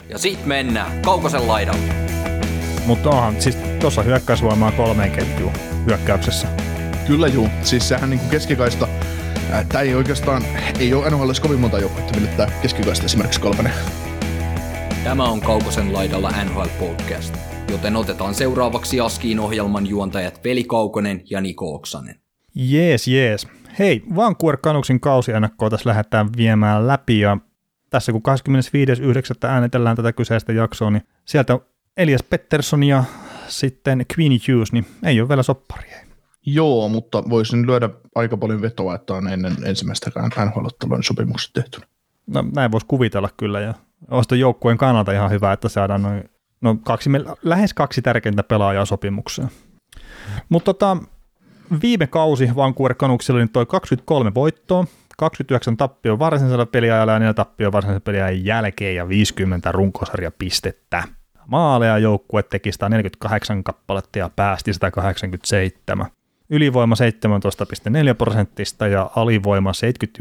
Ja sit mennään Kaukosen laidalle. Mutta onhan siis tuossa hyökkäysvoimaa 3 ketjuun hyökkäyksessä. Kyllä juu, siis sehän niinku keskikaista, tää ei oikeastaan, ei ole NHL:ssä kovin monta joukkuetta, mille tää keskikaista esimerkiksi 3. Tämä on Kaukosen laidalla NHL Podcast, joten otetaan seuraavaksi Askiin ohjelman juontajat Veli Kaukonen ja Niko Oksanen. Jees. Hei, Vancouver Canucksin kausiennakkoa tässä lähdetään viemään läpi ja tässä kun 25.9. äänitellään tätä kyseistä jaksoa, niin sieltä Elias Pettersson ja sitten Quinn Hughes, niin ei ole vielä sopparia. Joo, mutta voisin lyödä aika paljon vetoa, että on ennen ensimmäistäkään NHL-ottelun sopimukset tehty. No näin voisi kuvitella kyllä, ja olisi ton joukkueen kannalta ihan hyvä, että saadaan lähes 2 tärkeintä pelaajaa sopimukseen. Mutta viime kausi Vancouver Canucksilla niin toi 23 voittoa, 29 tappio varsinaisella peliajalla ja 4 tappio varsinaisella peliajan jälkeen ja 50 runkosarjapistettä. Maaleja joukkue teki 148 kappaletta ja päästi 187. Ylivoima 17,4% ja alivoima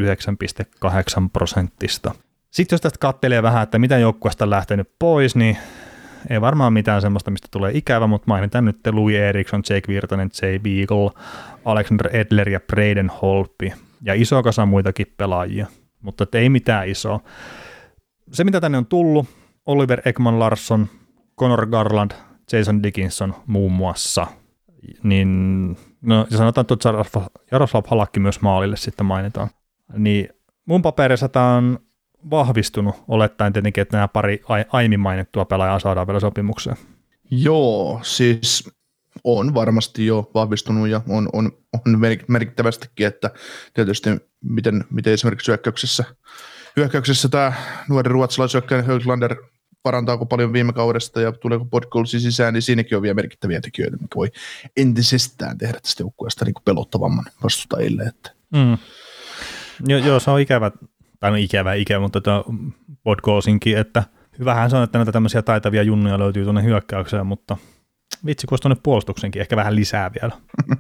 79,8%. Sitten jos tästä katselee vähän, että mitä joukkueesta on lähtenyt pois, niin ei varmaan mitään semmoista, mistä tulee ikävä, mutta mainitaan nyt Louis Eriksson, Jake Virtanen, Jay Beagle, Alexander Edler ja Braden Holtby ja iso kasa muitakin pelaajia, mutta ei mitään isoa. Se, mitä tänne on tullut, Oliver Ekman-Larsson, Connor Garland, Jason Dickinson muun muassa, niin no, ja sanotaan, että Jaroslav Halakki myös maalille sitten mainitaan, niin mun paperissa tämä on vahvistunut, olettaen tietenkin, että nämä pari aiemmin mainittua pelaajaa saadaan vielä sopimukseen. Joo, siis on varmasti jo vahvistunut ja on merkittävästikin, että tietysti miten esimerkiksi hyökkäyksessä tämä nuori ruotsalaisyökkäjä Höglander parantaako paljon viime kaudesta ja tuleeko Podkolsi sisään, niin siinäkin on vielä merkittäviä tekijöitä, mikä voi entisestään tehdä tästä joukkueesta niin kuin pelottavamman vastustajille. Että. Joo, se on ikävä, tai no ikävä, mutta Podkolsinkin, että hyvähän se on, että näitä tämmöisiä taitavia junnuja löytyy tuonne hyökkäykseen, mutta vitsi, kun olisi tuonne puolustuksenkin, ehkä vähän lisää vielä.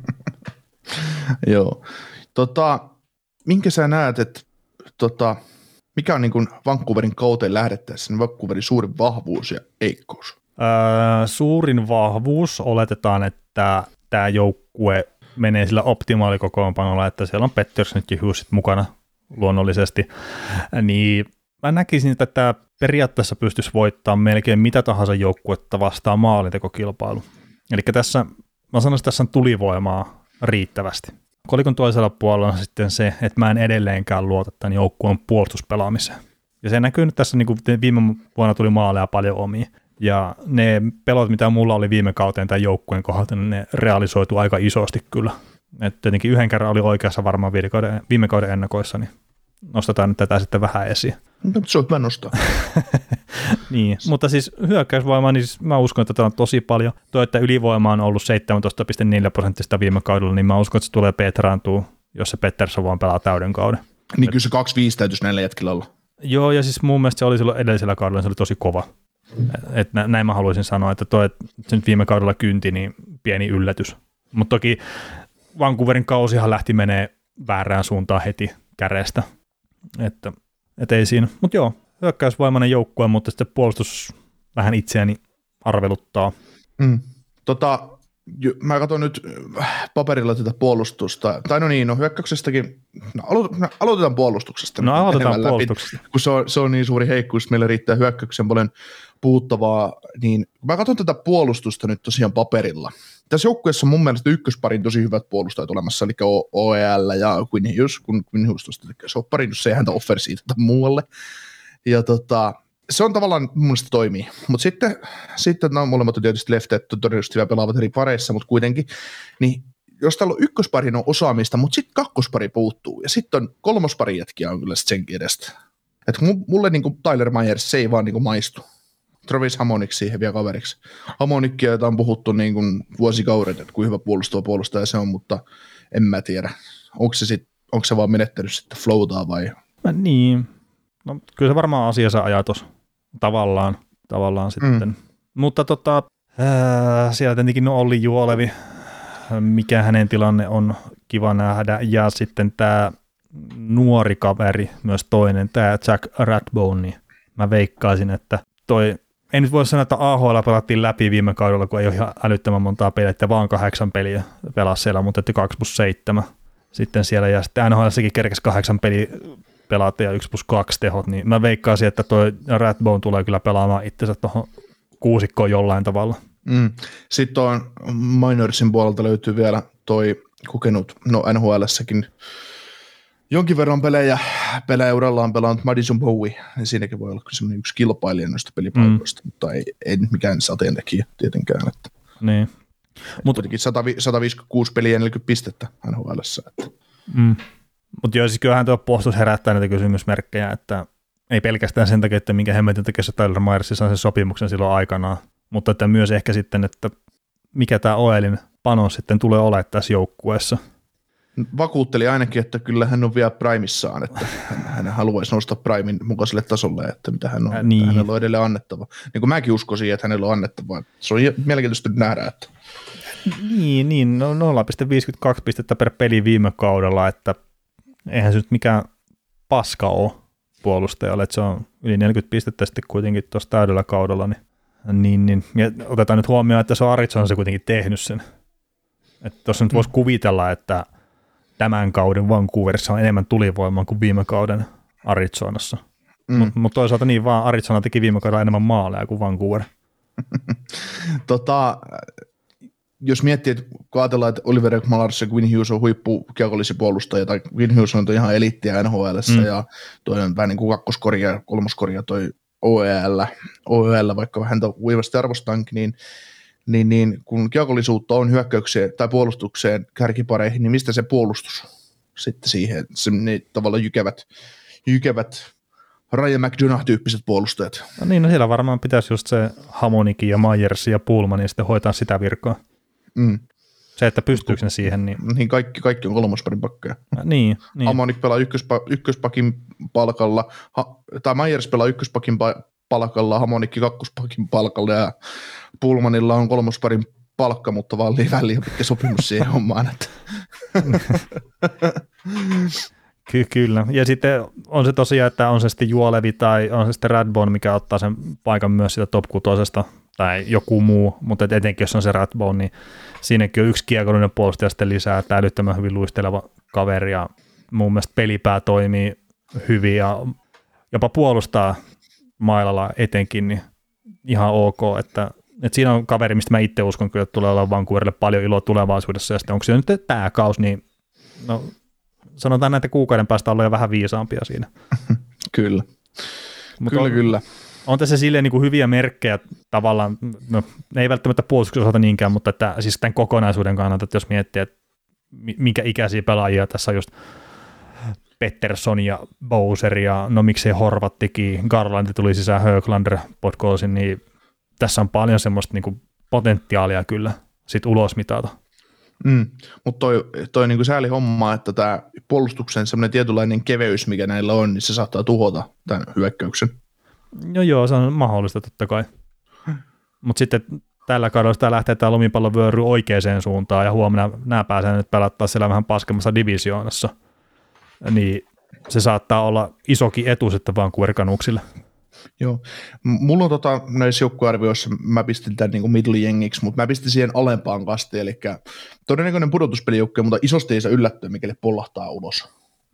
Joo. Minkä sä näet, että mikä on niin kuin Vancouverin kauteen lähdettäessä niin Vancouverin suurin vahvuus ja heikkous? Suurin vahvuus oletetaan, että tämä joukkue menee sillä optimaalikokoonpanolla, että siellä on Petterssonit ja Hughesit mukana luonnollisesti, niin mä näkisin, että tämä periaatteessa pystyisi voittamaan melkein mitä tahansa joukkuetta vastaan maalintekokilpailu. Eli tässä, mä sanoisin, että tässä on tulivoimaa riittävästi. Kolikon toisella puolella on sitten se, että mä en edelleenkään luota tämän joukkueen puolustuspelaamiseen. Ja se näkyy nyt tässä, niin kuin viime vuonna tuli maaleja paljon omia. Ja ne pelot, mitä mulla oli viime kauteen tämän joukkueen kohdalta, niin ne realisoitu aika isosti kyllä. Että tietenkin yhden kerran oli oikeassa varmaan viime kauden ennakoissa, niin nostetaan nyt tätä sitten vähän esiin. No, se on hyvä nostaa. Niin, mutta siis hyökkäysvoimaa, niin siis mä uskon, että tämä on tosi paljon. Tuo, että ylivoima on ollut 17,4% viime kaudella, niin mä uskon, että se tulee petraantua, jos se Pettersson vaan pelaa täyden kauden. Niin kyllä se 2-5 täytyisi näillä jätkillä olla. Joo, ja siis mun mielestä se oli silloin edellisellä kaudella, se oli tosi kova. Että näin mä haluaisin sanoa, että tuo, että se nyt viime kaudella kynti, niin pieni yllätys. Mutta toki Vancouverin kausihan lähti menee väärään suuntaan heti kärestä. Että ei siinä. Mutta joo, hyökkäysvoimainen joukkue, mutta sitten puolustus vähän itseäni arveluttaa. Mä katson nyt paperilla tätä puolustusta. Tai no niin, hyökkäyksestäkin. Aloitetaan puolustuksesta. No aloitetaan puolustuksesta. Kun se on niin suuri heikkous, meillä riittää hyökkäyksen paljon puuttavaa. Niin mä katson tätä puolustusta nyt tosiaan paperilla. Tässä joukkueessa on mun mielestä ykkösparin tosi hyvät puolustajat olemassa, eli OEL ja Quinn Hughes, kun Quinn Hughes tuosta tekee sopparin, jos se ei häntä offersiitata muualle. Ja se on tavallaan mun mielestä toimii. Mutta sitten no, molemmat on tietysti lefteet, todennäköisesti vielä pelaavat eri pareissa, mutta kuitenkin, niin jos täällä on ykkösparin on osaamista, mutta sitten kakkospari puuttuu, ja sitten on kolmospari jätkiä on kyllä senkin edestä. Että mulle niin kuin Tyler Myers, se ei vaan niin kuin maistu. Travis Hamonic siihen vielä kaveriksi. Hamonickia, jota on puhuttu niin kuin vuosikaudet, että kuinka hyvä puolustaja se on, mutta en mä tiedä. Onko se vaan menettänyt sitten flowtaa vai? Niin, no kyllä se varmaan asiansa ajatus tavallaan sitten. Mutta siellä tietenkin Olli Juolevi, mikä hänen tilanne on kiva nähdä, ja sitten tämä nuori kaveri, myös toinen, tämä Jack Rathbone, niin mä veikkaisin, että ei nyt voi sanoa, että AHL pelattiin läpi viime kaudella, kun ei ole ihan älyttömän montaa peliä, että vaan 8 peliä pelasi siellä, mutta 2+7 sitten siellä, ja sitten NHL:ssäkin kerkesi 8 peliä pelata ja 1+2 tehot, niin mä veikkaisin, että toi Rathbone tulee kyllä pelaamaan itsensä tuohon kuusikkoon jollain tavalla. Sitten on Minorsin puolelta löytyy vielä toi kokenut, NHL:ssäkin jonkin verran pelejä urallaan pelannut Madison Bowie, niin siinäkin voi olla kyllä semmoinen yksi kilpailija noista pelipaikoista, mutta ei nyt mikään sateentekijä tietenkään. Että. Niin. Kuitenkin 156 peliä ja 40 pistettä NHL:ssä. Mutta joo, siis kyllähän tuo puolustus herättää näitä kysymysmerkkejä, että ei pelkästään sen takia, että minkä hemmetin takia se Tyler Myers sai sen sopimuksen silloin aikanaan, mutta että myös ehkä sitten, että mikä tämä OELin panos sitten tulee olemaan tässä joukkueessa. Vakuutteli ainakin, että kyllä hän on vielä primissaan, että hän haluaisi nostaa primin mukaiselle tasolle, että mitä hän on, niin. Hänellä on edelleen annettava. Niin kuin mäkin uskoisin, että hänellä on annettava. Se on mielenkiintoista nyt nähdä. Että. Niin, 0,52 pistettä per peli viime kaudella, että eihän se nyt mikään paska ole puolustajalle, että se on yli 40 pistettä sitten kuitenkin tuossa täydellä kaudella, niin. Ja otetaan nyt huomioon, että se on Arizona se kuitenkin tehnyt sen. Että tuossa nyt voisi kuvitella, että tämän kauden Vancouverissa on enemmän tulivoimaa kuin viime kauden Arizonassa. Mutta toisaalta niin vaan Arizona teki viime kaudella enemmän maaleja kuin Vancouver. Jos miettii, että kun ajatellaan, että Oliver Ekman-Larsson ja Quinn Hughes on huippukiekallisipuolustaja, tai Quinn Hughes on ihan eliittiä NHL:ssä, ja toi on vähän niin kuin kakkoskoria ja kolmoskoria toi OEL, vaikka häntä uivasti arvostankin, niin kun kiekollisuutta on hyökkäykseen tai puolustukseen kärkipareihin, niin mistä se puolustus sitten siihen, ne tavallaan jykevät Ryan McDonough-tyyppiset puolustajat. No siellä varmaan pitäisi just se Hamonikin ja Myersin ja Pullmanin sitten hoitaa sitä virkaa. Se, että pystyykö ne siihen. Niin kaikki on kolmosparin pakkeja. Niin. Hamonik pelaa ykköspakin palkalla, tai Myers pelaa ykköspakin palkalla, Hamonikki kakkospakin palkalla, ja Pullmanilla on kolmosparin palkka, mutta vaan liian pitkä sopimus siihen hommaan. Kyllä, ja sitten on se tosiaan, että on se sitten Juolevi tai on se sitten Rathbone, mikä ottaa sen paikan myös sitä top 6 tai joku muu, mutta etenkin jos on se Rathbone, niin siinäkin on yksi kiekollinen puolustaja sitten lisää, että älyttömän hyvin luisteleva kaveri, ja mun mielestä pelipää toimii hyvin ja jopa puolustaa mailalla etenkin, niin ihan ok, että siinä on kaveri, mistä mä itse uskon kyllä, että tulee olla Vancouverille paljon iloa tulevaisuudessa, ja sitten onko se nyt tämä kaus, niin no sanotaan näitä kuukauden päästä olla jo vähän viisaampia siinä. Kyllä. Kyllä. On tässä silleen niin kuin hyviä merkkejä tavallaan, no ei välttämättä puolustuksen osalta niinkään, mutta että siis tämän kokonaisuuden kannalta, että jos miettii, että minkä ikäisiä pelaajia tässä on just Pettersson ja Bowser ja no miksei Horvattikin, Garland tuli sisään Höglander, Podkolzin, niin tässä on paljon semmoista niin kuin potentiaalia kyllä sit ulos mitata. Mutta toi niinku sääli homma, että tämä puolustuksen semmoinen tietynlainen keveys, mikä näillä on, niin se saattaa tuhota tämän hyökkäyksen. Joo, se on mahdollista totta kai. Mutta sitten tällä kaudella sitä lähtee tämä lumipallovyöry oikeaan suuntaan, ja huomenna nämä pääsee nyt pelattaa siellä vähän paskemmassa divisioonassa. Niin se saattaa olla isokin etu sitten Vancouver Canucksille. Joo. Mulla on näissä joukkuearvioissa, mä pistin tämän niin kuin middle-jengiksi, mutta mä pistin siihen alempaan kastiin, eli todennäköinen pudotuspelijoukkue, mutta isosti ei saa yllättyä, mikäli pollahtaa ulos.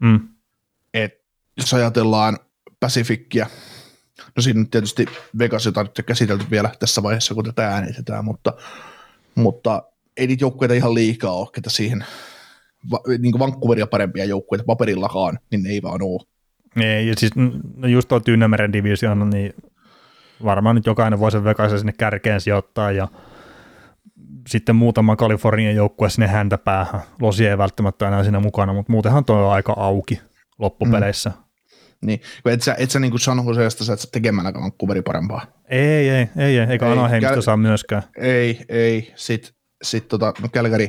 Et jos ajatellaan Pacificia, no siinä on tietysti Vegas, jota nyt käsitelty vielä tässä vaiheessa, kun tätä äänitetään, mutta ei niitä joukkueita ihan liikaa ole, ketä siihen niin kuin Vancouveria parempia joukkueita paperillakaan, niin ne ei vaan ole. Ei, ja siis no just tuo Tynnemeren divisioon, niin varmaan nyt jokainen voi sen Vegasen sinne kärkeen sijoittaa, ja sitten muutama Kalifornian joukkue sinne häntä päähän. Losi ei välttämättä enää siinä mukana, mutta muutenhan tuo on aika auki loppupeleissä. Niin, et sä niin kuin San Joseesta sä et tekemään Vancouveri parempaa. Ei, eikä Anaheimista saa myöskään. Ei, sit no Calgary.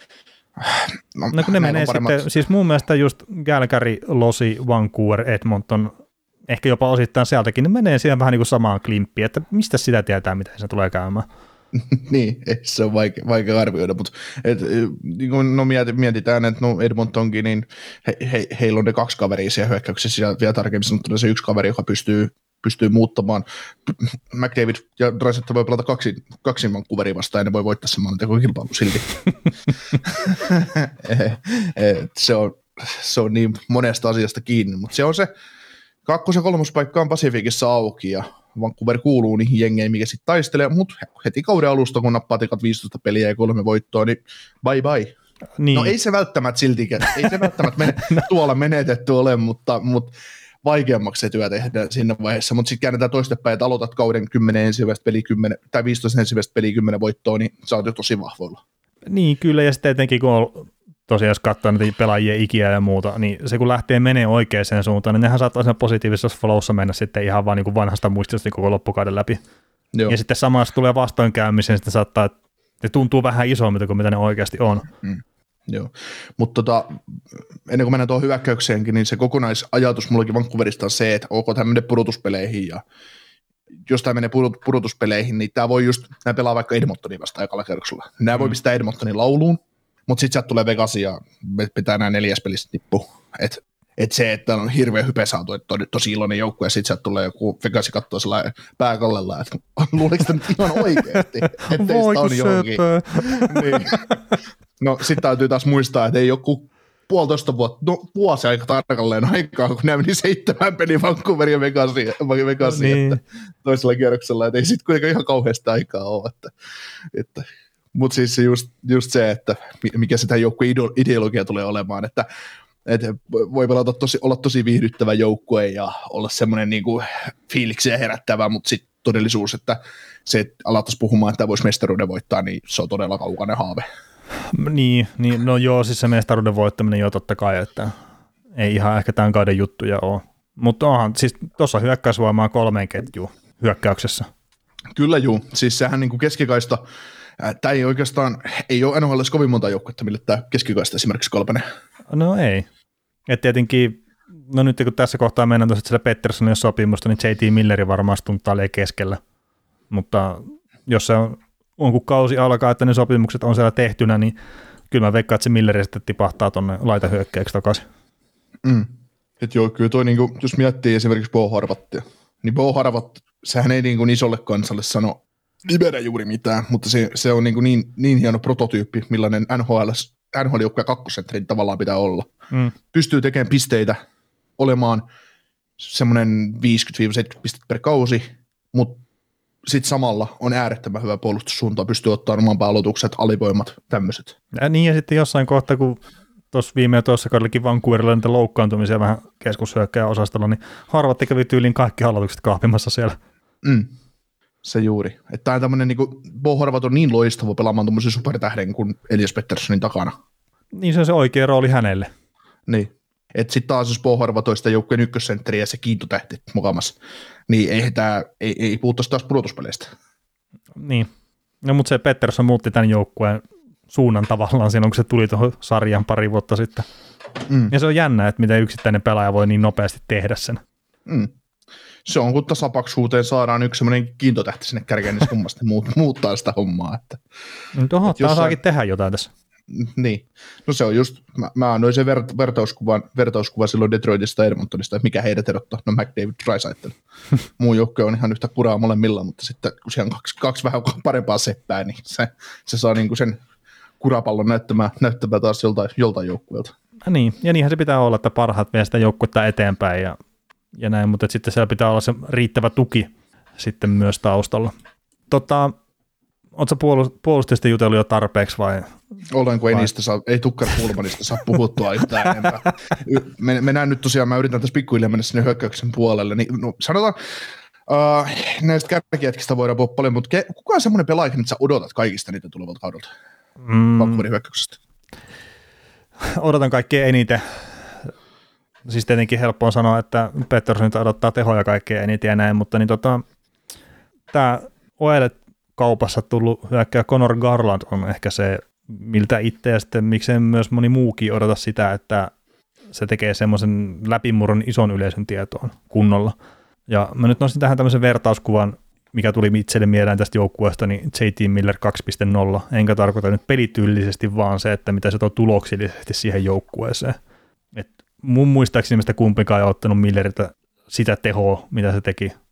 No kun ne menee sitten, siis mun mielestä just Calgary, Losi, Vancouver, Edmonton, ehkä jopa osittain sieltäkin, ne menee siihen vähän niin kuin samaan klimppiin, että mistä sitä tietää, mitä se tulee käymään. Niin, se on vaikea arvioida, mutta no mietitään, että no Edmontonkin, niin heillä on ne kaksi kaveria siellä hyökkäyksessä, ja vielä tarkemmin sanottuna se yksi kaveri, joka pystyy pystyy muuttamaan. McDavid ja Draisaitl voi pelata kaksi Vancouveria vastaan, ja ne voi voittaa sen maalintekokilpailun silti. se on niin monesta asiasta kiinni, mutta se on se 2. ja 3. paikka on Pasifikissa auki, ja Vancouver kuuluu niihin jengeihin, mikä sitten taistelee, mutta heti kauden alusta, kun nappaa 15 peliä ja 3 voittoa, niin bye bye. Niin. No ei se välttämättä siltikään, ei se välttämättä tuolla menetetty ole, mutta vaikeammaksi se työ tehdään siinä vaiheessa, mutta sitten käännetään toistepäin, että aloitat kauden 10 ensimmäistä peliä 10, tai 15 ensimmäistä peliä 10 voittoa, niin sä oot jo tosi vahvoilla. Niin, kyllä, ja sitten etenkin kun on, tosiaan jos katsoo näitä pelaajien ikiä ja muuta, niin se kun lähtee menee oikeaan suuntaan, niin nehän saattaa siinä positiivisessa flowssa mennä sitten ihan vaan niin kuin vanhasta muistista koko loppukauden läpi. Joo. Ja sitten samassa tulee vastoinkäymisen, sitten saattaa, että ne tuntuu vähän isommilta kuin mitä ne oikeasti on. Joo, mutta ennen kuin mennään tuohon hyökkäykseenkin, niin se kokonaisajatus mullakin Vancouverista on se, että tämä menee pudotuspeleihin, ja jos tämä menee pudotuspeleihin, niin tämä voi just, nämä pelaa vaikka Edmontonin vastaan ekalla kerroksella. Nämä voi pistää Edmontonin lauluun, mutta sitten sieltä tulee Vegas ja pitää nämä 4 pelistä nippu. Että se, että on hirveä hype saatu, että on nyt tosi iloinen joukkue, ja sitten sieltä tulee joku Vegas ja katsoo sellainen pääkallella, että luuliko sitä nyt ihan oikeasti, ettei sitä on johonkin. Niin. No sitten täytyy taas muistaa, että ei joku 1,5 vuotta, vuosi aika tarkalleen aikaa, kun nämä meni 7 peliä Vancouverin ja Vegasiin niin. Että toisella kierroksella, että ei sitten kuitenkaan ihan kauheasti aikaa ole. Mutta siis se just se, että mikä sitä joukkueen ideologia tulee olemaan, että voi pelata olla tosi viihdyttävä joukkue ja olla semmoinen niinku fiiliksiä herättävä, mutta sitten todellisuus, että se, että alettaisiin puhumaan, että voisi mestaruuden voittaa, niin se on todella kaukainen haave. Niin, no joo, siis se mestaruuden voittaminen jo totta kai, että ei ihan ehkä tämän kauden juttuja ole. Mutta onhan, siis tuossa hyökkäysvoimaa 3 ketjuun hyökkäyksessä. Kyllä juu, siis sehän niinku keskikaista, tämä ei oikeastaan, ei ole NHL kovin monta joukkuetta, mille tämä keskikaista esimerkiksi kolmannen. No ei. Et tietenkin, no nyt kun tässä kohtaa mennään tosiaan sillä Petterssonin sopimusta, niin J.T. Milleri varmaan tuntaa keskellä. Mutta jos se on kun kausi alkaa, että ne sopimukset on siellä tehtynä, niin kyllä mä veikkaan, että se Milleri sitten tipahtaa tuonne laitahyökkäyksi takaisin. Että joo, kyllä toi, niinku, jos miettii esimerkiksi Bo Horvattia, niin Bo Horvat, sehän ei niin isolle kansalle sano nimeä juuri mitään, mutta se on niin hieno prototyyppi, millainen NHL-joukkueen kakkosentterin tavallaan pitää olla. Pystyy tekemään pisteitä, olemaan semmoinen 50-70 pistettä per kausi, mutta sitten samalla on äärettömän hyvä puolustussuunta, pystyy ottamaan oman aloitukset, alivoimat, tämmöiset. Niin ja sitten jossain kohtaa, kun tuossa viime ja tuossa kaudellakin Vancouverilla niitä loukkaantumisia vähän keskushyökkäjän osastolla, niin Horvat kävi tyyliin kaikki aloitukset kahpimassa siellä. Se juuri. Että tämä on tämmöinen, niin kuin Bo Horvat on niin loistava pelaamaan tuommoisen supertähden kuin Elias Petterssonin takana. Niin se on se oikea rooli hänelle. Niin. Että sitten taas jos Bo Horvat olisi sitä joukkueen ykkössentteri ja se kiintotähti mukamassa, niin ei puhuttaisi taas pudotuspeleistä. Niin. No mutta se Pettersson muutti tämän joukkueen suunnan tavallaan silloin, kun se tuli tuohon sarjan pari vuotta sitten. Ja se on jännä, että miten yksittäinen pelaaja voi niin nopeasti tehdä sen. Se on, kun tasapaksuuteen saadaan yksi semmoinen kiintotähti sinne kärkeen, niin se kummasti muuttaa sitä hommaa. Että tämä saakin tehdä jotain tässä. Niin. No se on just, mä annoin sen vertauskuvan silloin Detroitista ja Edmontonista, että mikä heidät erottaa. No McDavid, Draisaitl. Muu joukkue on ihan yhtä kuraa molemmilla, mutta sitten kun siellä on kaksi vähän parempaa seppää, niin se saa niinku sen kurapallon näyttämään taas joltain joukkueelta. Niin, ja niinhän se pitää olla, että parhaat vie sitä joukkuetta eteenpäin ja näin, mutta sitten siellä pitää olla se riittävä tuki sitten myös taustalla. Oletko puolustista jutellut jo tarpeeksi vai? Olen, kun ei Tukkar Pullmanista saa puhuttua yhtään enempää. Mennään nyt tosiaan, mä yritän tässä pikkuhiljaa mennä sinne hyökkäyksen puolelle. Niin, no, sanotaan, näistä kärkijätkistä voidaan puhua paljon, mutta kuka on semmoinen pelaaja, että sä odotat kaikista niitä tulevalta kaudelta? Vancouverin hyökkäyksestä. Odotan kaikkein eniten. Siis tietenkin helppo on sanoa, että Pettersson odottaa tehoja kaikkein eniten ja näin, mutta niin tämä OL-kaupassa tullut hyökkääjä Conor Garland on ehkä se, miltä itse ja sitten miksei myös moni muukin odota sitä, että se tekee semmoisen läpimurron ison yleisön tietoon kunnolla. Ja mä nyt nostin tähän tämmöisen vertauskuvan, mikä tuli itselle mieleen tästä joukkueesta, niin J.T. Miller 2.0, enkä tarkoita nyt pelityylisesti, vaan se, että mitä se tuo tuloksellisesti siihen joukkueeseen. Et mun muistaakseni sitä kumpikaan ei ottanut Milleriltä sitä tehoa, mitä se teki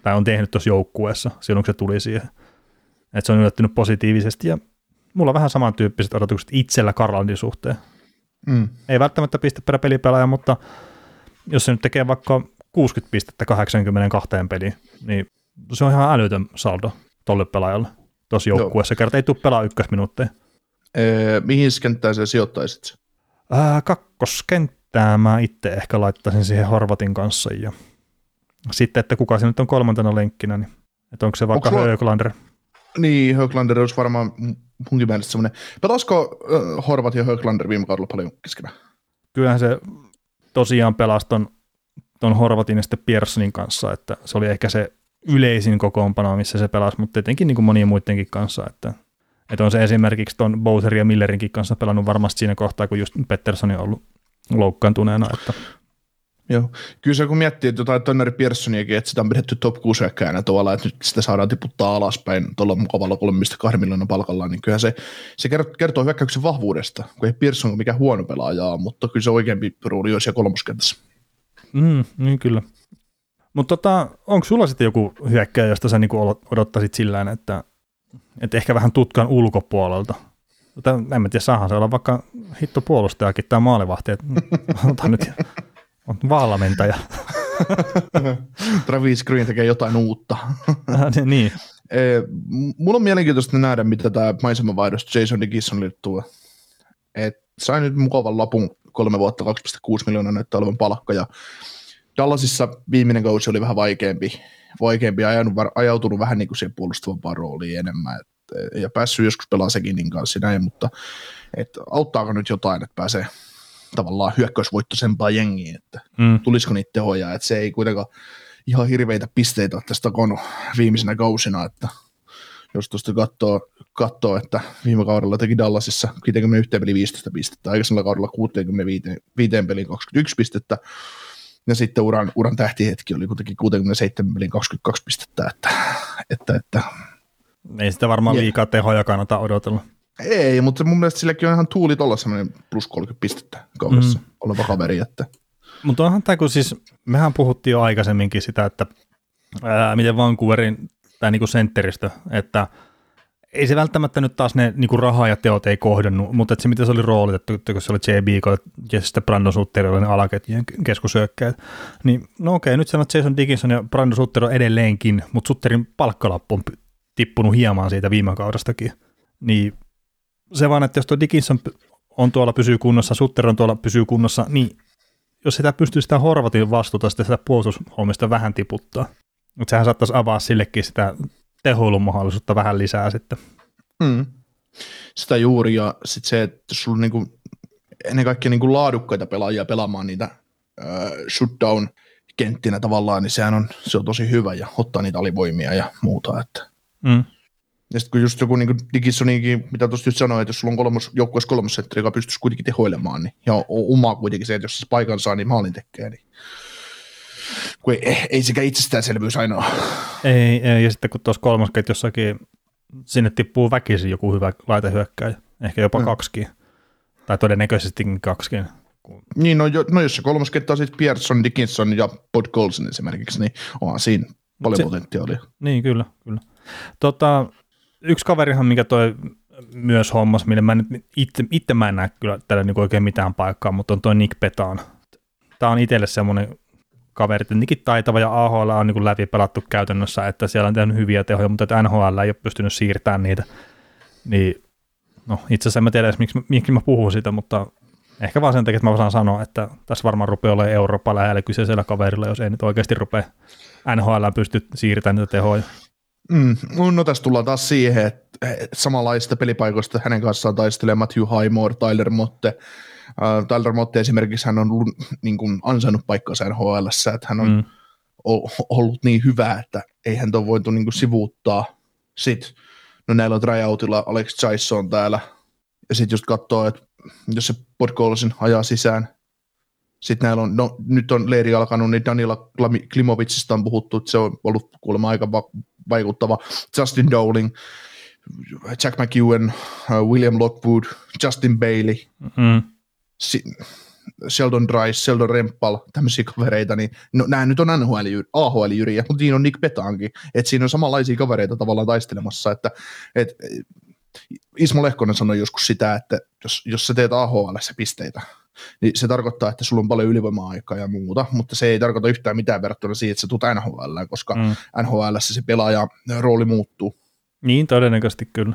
tai on tehnyt tuossa joukkueessa silloin, kun se tuli siihen. Että se on yllättynyt positiivisesti, ja mulla on vähän samantyyppiset odotukset itsellä Garlandin suhteen. Ei välttämättä piste per pelipelaaja, mutta jos se nyt tekee vaikka 60 pistettä 82 peliin, niin se on ihan älytön saldo tolle pelaajalle tuossa joukkueessa. Kerta ei tule pelaa ykkösminuutteja. Mihin kenttään sä sijoittaisit? Kakkoskenttää mä itse ehkä laittaisin siihen Horvatin kanssa. Ja sitten, että kuka se nyt on kolmantena lenkkinä, niin että onko se vaikka Höglander? Niin, Höglander olisi varmaan munkin mielestä semmoinen. Pelasko Horvat ja Höglander viime kaudella paljon keskenään? Kyllähän se tosiaan pelasi ton Horvatin ja sitten Perssonin kanssa, että se oli ehkä se yleisin kokoonpano, missä se pelasi, mutta tietenkin niin kuin monien muidenkin kanssa, että on se esimerkiksi ton Bowserin ja Millerinkin kanssa pelannut varmasti siinä kohtaa, kun just Pettersson on ollut loukkaantuneena. Että. Joo, kyllä se kun miettii, että jotain Tonneri Perssoniakin, että sitä on pidetty top 6 hyökkäänä tavallaan, että nyt sitä saadaan tiputtaa alaspäin tuolla mukavalla 3,2 miljoonan palkalla, niin kyllähän se kertoo hyökkäyksen vahvuudesta, kun ei Persson ole mikään huono pelaaja, mutta kyllä se oikeampi rooli olisi siellä kolmoskentässä. Niin kyllä. Mutta onko sulla sitten joku hyökkäjä, josta sä niinku odottaisit sillään, että ehkä vähän tutkan ulkopuolelta? En mä tiedä, saahan se olla vaikka hittopuolustajakin tai maalivahti, että otan nyt on valmentaja. Travis Green tekee jotain uutta. Niin. Mulla on mielenkiintoista nähdä, mitä tämä maisemavaihdos Jason Dickinsonille tuo. Sain nyt mukavan lapun 3 vuotta 2,6 miljoonaa näyttää olevan palkka, ja Dallasissa viimeinen kausi oli vähän vaikeampi ajautunut vähän niin kuin siihen puolustavampaan rooliin enemmän, ja päässyt joskus pelaamaan Seginin kanssa näin, mutta auttaako nyt jotain, että pääsee tavallaan hyökkäysvoittoisempaa jengiä, että tulisiko niitä tehoja, että se ei kuitenkaan ihan hirveitä pisteitä ole tästä takonnut viimeisenä kausina, että jos tuosta katsoo, että viime kaudella teki Dallasissa 51 peli 15 pistettä, aikaisemmalla kaudella 65 peliin 21 pistettä, ja sitten uran tähtihetki oli kuitenkin 67 pelin 22 pistettä, että ei sitä varmaan liikaa tehoja kannata odotella. Ei, mutta mun mielestä silläkin on ihan tuuli tuolla semmoinen plus 30 pistettä kaudessa oleva kaveri. Mutta onhan tämä, kun siis mehän puhuttiin jo aikaisemminkin sitä, että miten Vancouverin tämä niinku sentteristö, että ei se välttämättä nyt taas ne niinku raha ja teot ei kohdannut, mutta että se miten se oli roolitettu, kun se oli JB ja sitten Brandon Sutter oli ne alaketjien keskusyökkäät, niin no okei, nyt sanot Jason Dickinson ja Brandon Sutter on edelleenkin, mutta Sutterin palkkalappu on tippunut hieman siitä viime kaudestakin, niin se vaan, että jos tuo Dickinson on tuolla pysyy kunnossa, Sutter on tuolla pysyy kunnossa, niin jos sitä pystyy sitä Horvatin vastuuta, sitä puolustushommista vähän tiputtaa. Mutta sehän saattaisi avaa sillekin sitä tehoilun mahdollisuutta vähän lisää sitten. Sitä juuri, ja sitten se, että jos sulla on niinku, ennen kaikkea niinku laadukkaita pelaajia pelaamaan niitä shutdown-kenttinä tavallaan, niin se on tosi hyvä ja ottaa niitä alivoimia ja muuta. Että. Ja sitten kun just joku niin Dickinsonikin, mitä tuossa just sanoin, että jos sulla on joukkueessa kolmosentteri, joka pystyisi kuitenkin tehoilemaan, niin, ja omaa kuitenkin se, että jos se paikan saa, niin maalin tekee. Niin. Kun ei sekä itsestäänselvyys ainoa. Ei, ja sitten kun tuossa kolmosketjossakin sinne tippuu väkisin joku hyvä laitehyökkäjä, ehkä jopa kaksikin, tai todennäköisestikin kaksikin. Niin, no jos se kolmoskettä on sitten Pearson, Dickinson ja Podkolzin esimerkiksi, niin onhan siinä paljon potentiaalia. Niin, kyllä. Yksi kaverihan, mikä toi myös hommas, millä mä nyt itse mä en näe kyllä tällä niin oikein mitään paikkaa, mutta on toi Nick Petan. Tämä on itselle semmoinen kaveri, että Nikin taitava ja AHL on niin läpi pelattu käytännössä, että siellä on tehnyt hyviä tehoja, mutta että NHL ei ole pystynyt siirtämään niitä. Niin, no itse asiassa en tiedä edes, miksi mä puhun siitä, mutta ehkä vaan sen takia, että mä osaan sanoa, että tässä varmaan rupeaa olemaan Eurooppa lähellä kyseisellä kaverilla, jos ei nyt oikeasti rupea NHL pysty siirtämään niitä tehoja. No tässä tullaan taas siihen, että samanlaista pelipaikoista hänen kanssaan taistelee Matthew Highmore, Tyler Motte. Tyler Motte esimerkiksi hän on niin kuin ansainnut paikkansa NHL:ssä, että hän on ollut niin hyvä, että ei hän ole voitu niin kuin sivuuttaa. Sitten, no näillä on tryoutilla Alex Chaisson täällä, ja sitten just katsoo, että jos se Podkolzin ajaa sisään, sitten näillä on, no nyt on leiri alkanut, niin Danila Klimovicista on puhuttu, että se on ollut kuulemma aika vaikuttava. Justin Dowling, Jack McEwen, William Lockwood, Justin Bailey. Sheldon Dries, Sheldon Rempal, tämmöisiä kavereita, niin no, nämä nyt on AHL-jyriä, mutta siinä on Nick Petaankin, että siinä on samanlaisia kavereita tavallaan taistelemassa, että Ismo Lehkonen sanoi joskus sitä, että jos sä teet AHL:ssä pisteitä, niin se tarkoittaa, että sulla on paljon ylivoima-aikaa ja muuta, mutta se ei tarkoita yhtään mitään verrattuna siihen, että sä tulet NHL:ään, koska NHL:ssä se pelaaja rooli muuttuu. Niin, todennäköisesti kyllä.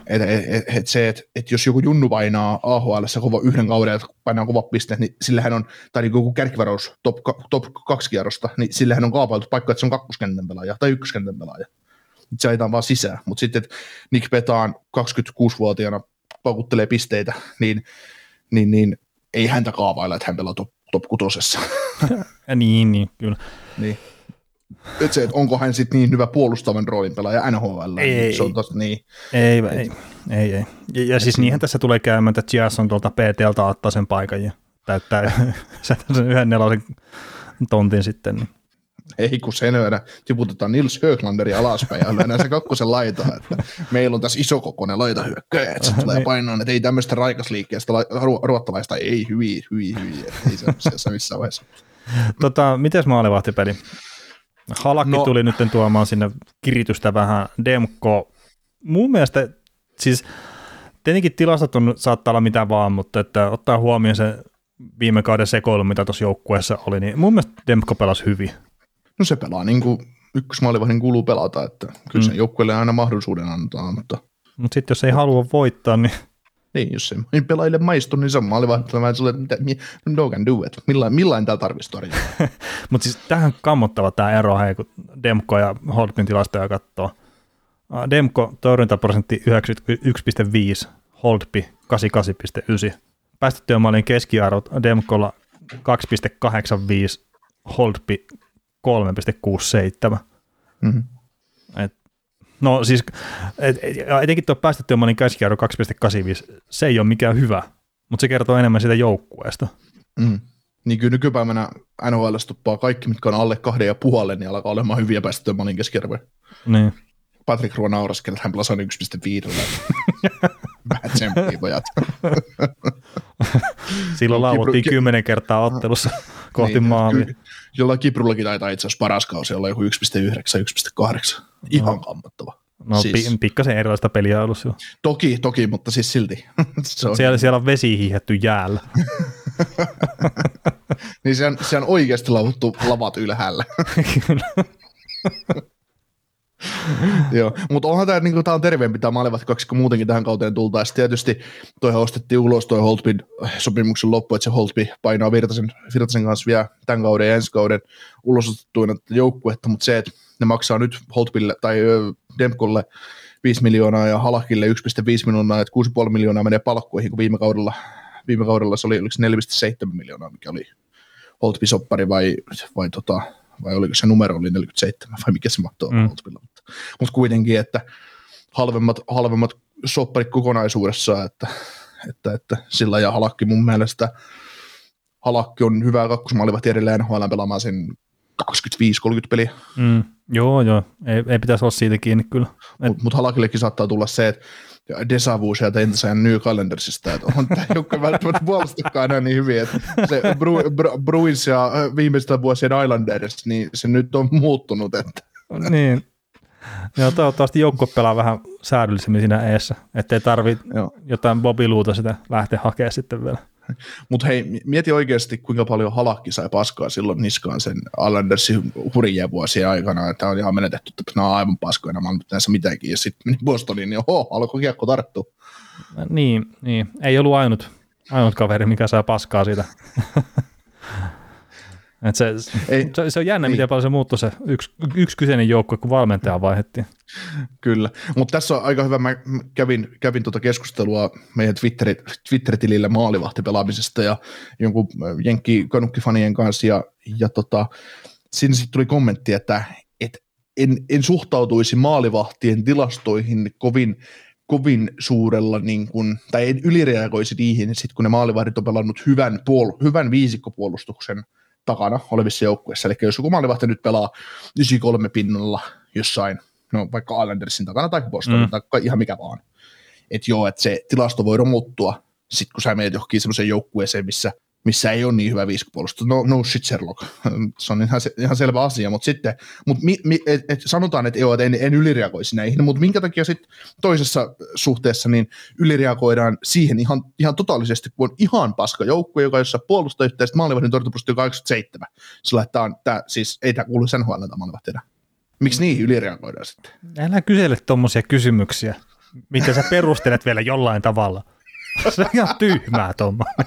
Et jos joku junnu painaa AHL:ssä yhden kauden, painaa kovat pisteet, niin sillähän on, tai niin joku kärkivaraus top 2 kierrosta, niin sillähän on kaapailtu paikka, että se on kakkoskentän pelaaja tai ykköskentän pelaaja. Se ajetaan vaan sisään, mutta sitten Nick Petaan 26-vuotiaana paukuttelee pisteitä, niin ei häntä kaavailla, että hän pelaa top 6. niin, kyllä. Niin. Että onko hän sitten niin hyvä puolustavan roolin pelaaja NHL? Ei. Se on tosta, niin. Ei. Ja siis niinhän tässä tulee käymään, että Jazz on tuolta PT:ltä ottaa sen paikan ja täyttää sen 1/4 tontin sitten. Niin. Ei kun sen verran tiputetaan Nils Höglanderia alaspäin ja lyödään se kakkosen laitaa, että meillä on tässä isokokoinen laitahyökkäjä, että se tulee painaan, että ei tämmöistä raikasliikkeestä ruottalaista, ei hyviä, ei se missään vaiheessa. Mites maalivahtipeli? Halakki tuli nyt tuomaan sinne kiritystä vähän. Demko, mun mielestä, siis tietenkin tilastot saattaa olla mitä vaan, mutta että ottaa huomioon se viime kauden sekoilu, mitä tuossa joukkueessa oli, niin mun mielestä Demko pelasi hyvin. No se pelaa niin kuin ykkösmaalivahdin kuuluu pelata, että kyllä sen joukkueelle aina mahdollisuuden antaa, mutta sitten jos ei halua voittaa, niin niin, jos ei pelaajille maistu, niin se on maalivahdilla vähän sellainen, että no can do it. Millain täällä tarvitsisi tarjota? Mutta siis tämähän kammottava tämä ero, kun Demko ja Holtbin tilastoja katsoo. Demko torjuntaprosentti 91,5, Holtby 88,9. Päästettyjen maalien keskiarvot Demkolla 2,85, Holtby 3,67. Mm-hmm. No siis, etenkin tuo päästettyjen maalin keskiarvo 2,85, se ei ole mikään hyvä, mutta se kertoo enemmän siitä joukkueesta. Niin kyllä nykypäivänä NHL tuppaa kaikki, mitkä on alle 2,5, niin alkaa olemaan hyviä päästettyjen maalin keskiarvoja. Niin. Patrick Roy nauraskeli, että hän pelasi 1,5. Vähän tsemppia pojat. Silloin laavuttiin 10 kertaa ottelussa kohti maalia. Jollain Kiprullakin taitaa itse asiassa paras kausi olla joku 1,9, 1,8. Ihan kammottava. No siis pikkasen erilaista peliä ollut silloin. Toki, mutta siis silti. Siellä on vesi hiihetty jäällä. Niin se on oikeasti lavuttu lavat ylhäällä. Kyllä. Joo, mutta onhan tämä niinku, on terveempi tämä maalivahti kaksikko muutenkin tähän kauteen tultaessa. Tietysti toihan ostettiin ulos toi Holtbyn sopimuksen loppu, että se Holtby painaa Virtasen kanssa vielä tämän kauden ja ensi kauden ulosostettuina joukkuetta, mutta se, että ne maksaa nyt Holtbylle tai Demkolle 5 miljoonaa ja Halakille 1,5 miljoonaa, että 6,5 miljoonaa menee palkkoihin, kun viime kaudella se oli 4,7 miljoonaa, mikä oli Holtby-soppari vai oliko se numero oli 47 vai mikä se mahtoi olla Holtbylla. Mutta kuitenkin, että halvemmat sopparit kokonaisuudessaan, että sillä ja Halakki mun mielestä Halakki on hyvä kakkosmaalivahti edelleen NHL pelaamaan sen 25-30 peliä. Joo, ei pitäisi olla siitä kiinni kyllä. Mutta Halakillekin saattaa tulla se, että Desavu sieltä entisajan New Calendarsista, että on tämä joukko välttämättä puolustakaan enää niin hyvin, että se Bruins ja viimeisten vuosien Islanders, niin se nyt on muuttunut. Että. Niin. Ja toivottavasti joukko pelaa vähän säädöllisemmin siinä eessä, ettei tarvitse jotain Bobby Luuta sitä lähteä hakemaan sitten vielä. Mutta hei, mieti oikeasti, kuinka paljon Halakki sai paskaa silloin niskaan sen Islandersin hurjien vuosien aikana, että on ihan menetetty, että nämä on aivan paskoina, mä en tässä mitäänkin, ja sitten meni Bostoniin, niin alkoi kiekko tarttua. Niin, ei ollut ainut kaveri, mikä saa paskaa siitä. Se on jännä, miten paljon se muuttui se yksi kyseinen joukkue, kun valmentaja vaihdettiin. Kyllä, mutta tässä on aika hyvä, mä kävin tuota keskustelua meidän Twitter-tilillä maalivahtipelaamisesta ja jonkun Jenkki-kanukkifanien kanssa, ja siinä sitten tuli kommentti, että en suhtautuisi maalivahtien tilastoihin kovin suurella, niin kun, tai en ylireagoisi niihin, sit kun ne maalivahdit on pelannut hyvän viisikkopuolustuksen takana olevissa joukkueissa. Eli jos joku maalivahti nyt pelaa 93 pinnalla jossain, no vaikka Islandersin takana tai Bostonin tai ihan mikä vaan, että joo, että se tilasto voi romuttua, sitten kun sä menet johonkin semmoiseen joukkueeseen, missä missä ei ole niin hyvä viisikopuolustus. No shit Sherlock, se on ihan selvä asia, mutta sitten sanotaan, että en ylireagoisi näihin, mutta minkä takia sitten toisessa suhteessa niin ylireagoidaan siihen ihan totaalisesti, kun on ihan paska joukkue, joka jossa puolustaa yhteistä maalivahdin torjuntaprosentti 87, sillä että siis ei tämä kuulu sen huolelta maalivahdin. Miksi niihin ylireagoidaan sitten? Älä kysele tommosia kysymyksiä, mitä sä perustelet vielä jollain tavalla. Se on ihan tyhmää tommoinen.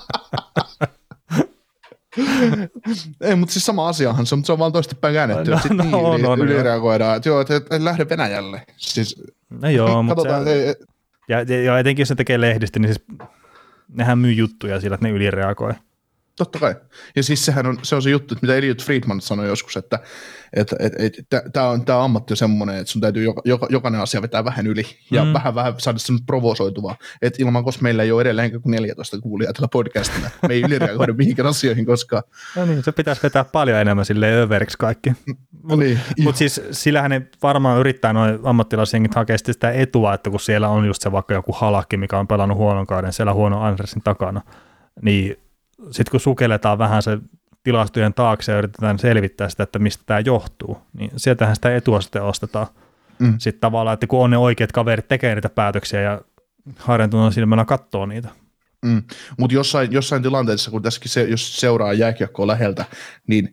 Ei, mutta siis sama asiahan se on vaan toistepäin käännetty, että sitten ylireagoidaan, että joo, että lähde Venäjälle. Siis, no joo, mutta ja etenkin jos ne tekee lehdistä, niin siis nehän myy juttuja sillä, että ne ylireagoi. Totta kai. Ja siis se on se juttu, että mitä Elliot Friedman sanoi joskus, että tämä ammatti on semmoinen, että sun täytyy jokainen asia vetää vähän yli ja vähän saada semmoinen provosoituvaa. Että ilman, koska meillä ei ole edelleenkään kuin 14 kuulijaa tällä podcastilla. Me ei ylireagoida mihinkään asioihin koskaan. No niin, se pitäisi vetää paljon enemmän silleen överiksi kaikki. Mutta siis sillähän ne varmaan yrittää noin ammattilaisjengit hakea sitä etua, että kun siellä on just se vaikka joku Halakki, mikä on pelannut huonon kauden siellä huono Andersin takana, niin sitten kun sukelletaan vähän se tilastojen taakse ja yritetään selvittää sitä, että mistä tämä johtuu, niin sieltähän sitä etua sitten ostetaan. Sitten tavallaan, että kun on ne oikeat kaverit tekee niitä päätöksiä ja harjantunut silmällä katsoo niitä. Mutta jossain tilanteessa, kun tässäkin jos seuraa jääkiekkoa läheltä, niin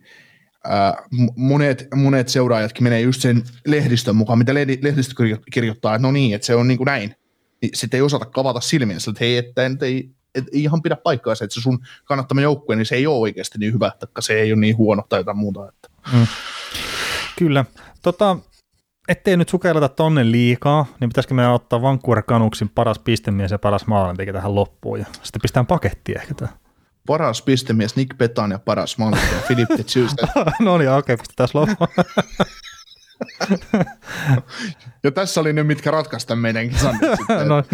monet seuraajatkin menee just sen lehdistön mukaan, mitä lehdistö kirjoittaa, että no niin, että se on niin kuin näin. Niin sitten ei osata kavata silmiä, että hei, että ei ihan pidä paikkaansa, että se sun kannattama joukkue, niin se ei ole oikeasti niin hyvä, että se ei ole niin huono tai jotain muuta. Että. Kyllä. Ettei nyt sukelleta tonne liikaa, niin pitäisikö meidän ottaa Vancouver Canucksin paras pistemies ja paras maalintekijä tähän loppuun, ja sitten pistetään pakettia ehkä tämä. Paras pistemies Nick Petan ja paras maalintekijä Philippe Tsusta. No niin, okei, pistetään loppuun. Ja tässä oli ne, mitkä ratkaistaan meidänkin sanat sitten. No.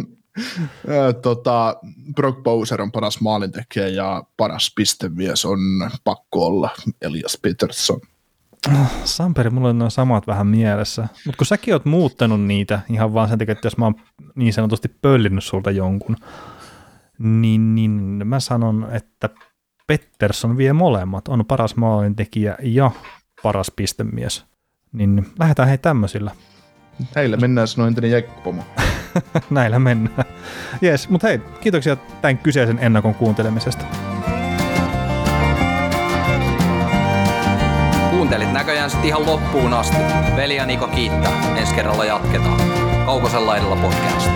Brock Bowser on paras maalintekijä ja paras pistemies on pakko olla Elias Pettersson. Samperi, mulla on noin samat vähän mielessä, mutta kun säkin oot muuttanut niitä ihan vaan sen takia, että jos mä oon niin sanotusti pöllinyt sulta jonkun, niin mä sanon, että Pettersson vie molemmat, on paras maalintekijä ja paras pistemies, niin lähdetään hei tämmöisillä. Heillä mennään, sanoo entinen jääkiekkopomo. Näillä mennään. Jes, mutta hei, kiitoksia tämän kyseisen ennakon kuuntelemisesta. Kuuntelit näköjään sitten ihan loppuun asti. Veli ja Niko kiittää. Ensi kerralla jatketaan. Kaukosen laidalla podcast.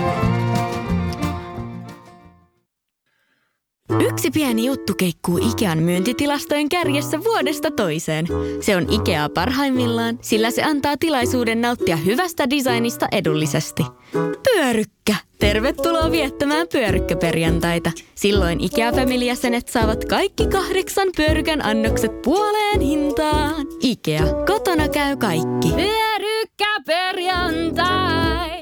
Yksi pieni juttu keikkuu Ikean myyntitilastojen kärjessä vuodesta toiseen. Se on Ikea parhaimmillaan, sillä se antaa tilaisuuden nauttia hyvästä designista edullisesti. Pyörykkä! Tervetuloa viettämään pyörykkäperjantaita. Silloin Ikea-familijäsenet saavat kaikki 8 pyörykän annokset puoleen hintaan. Ikea, kotona käy kaikki. Pyörykkäperjantai!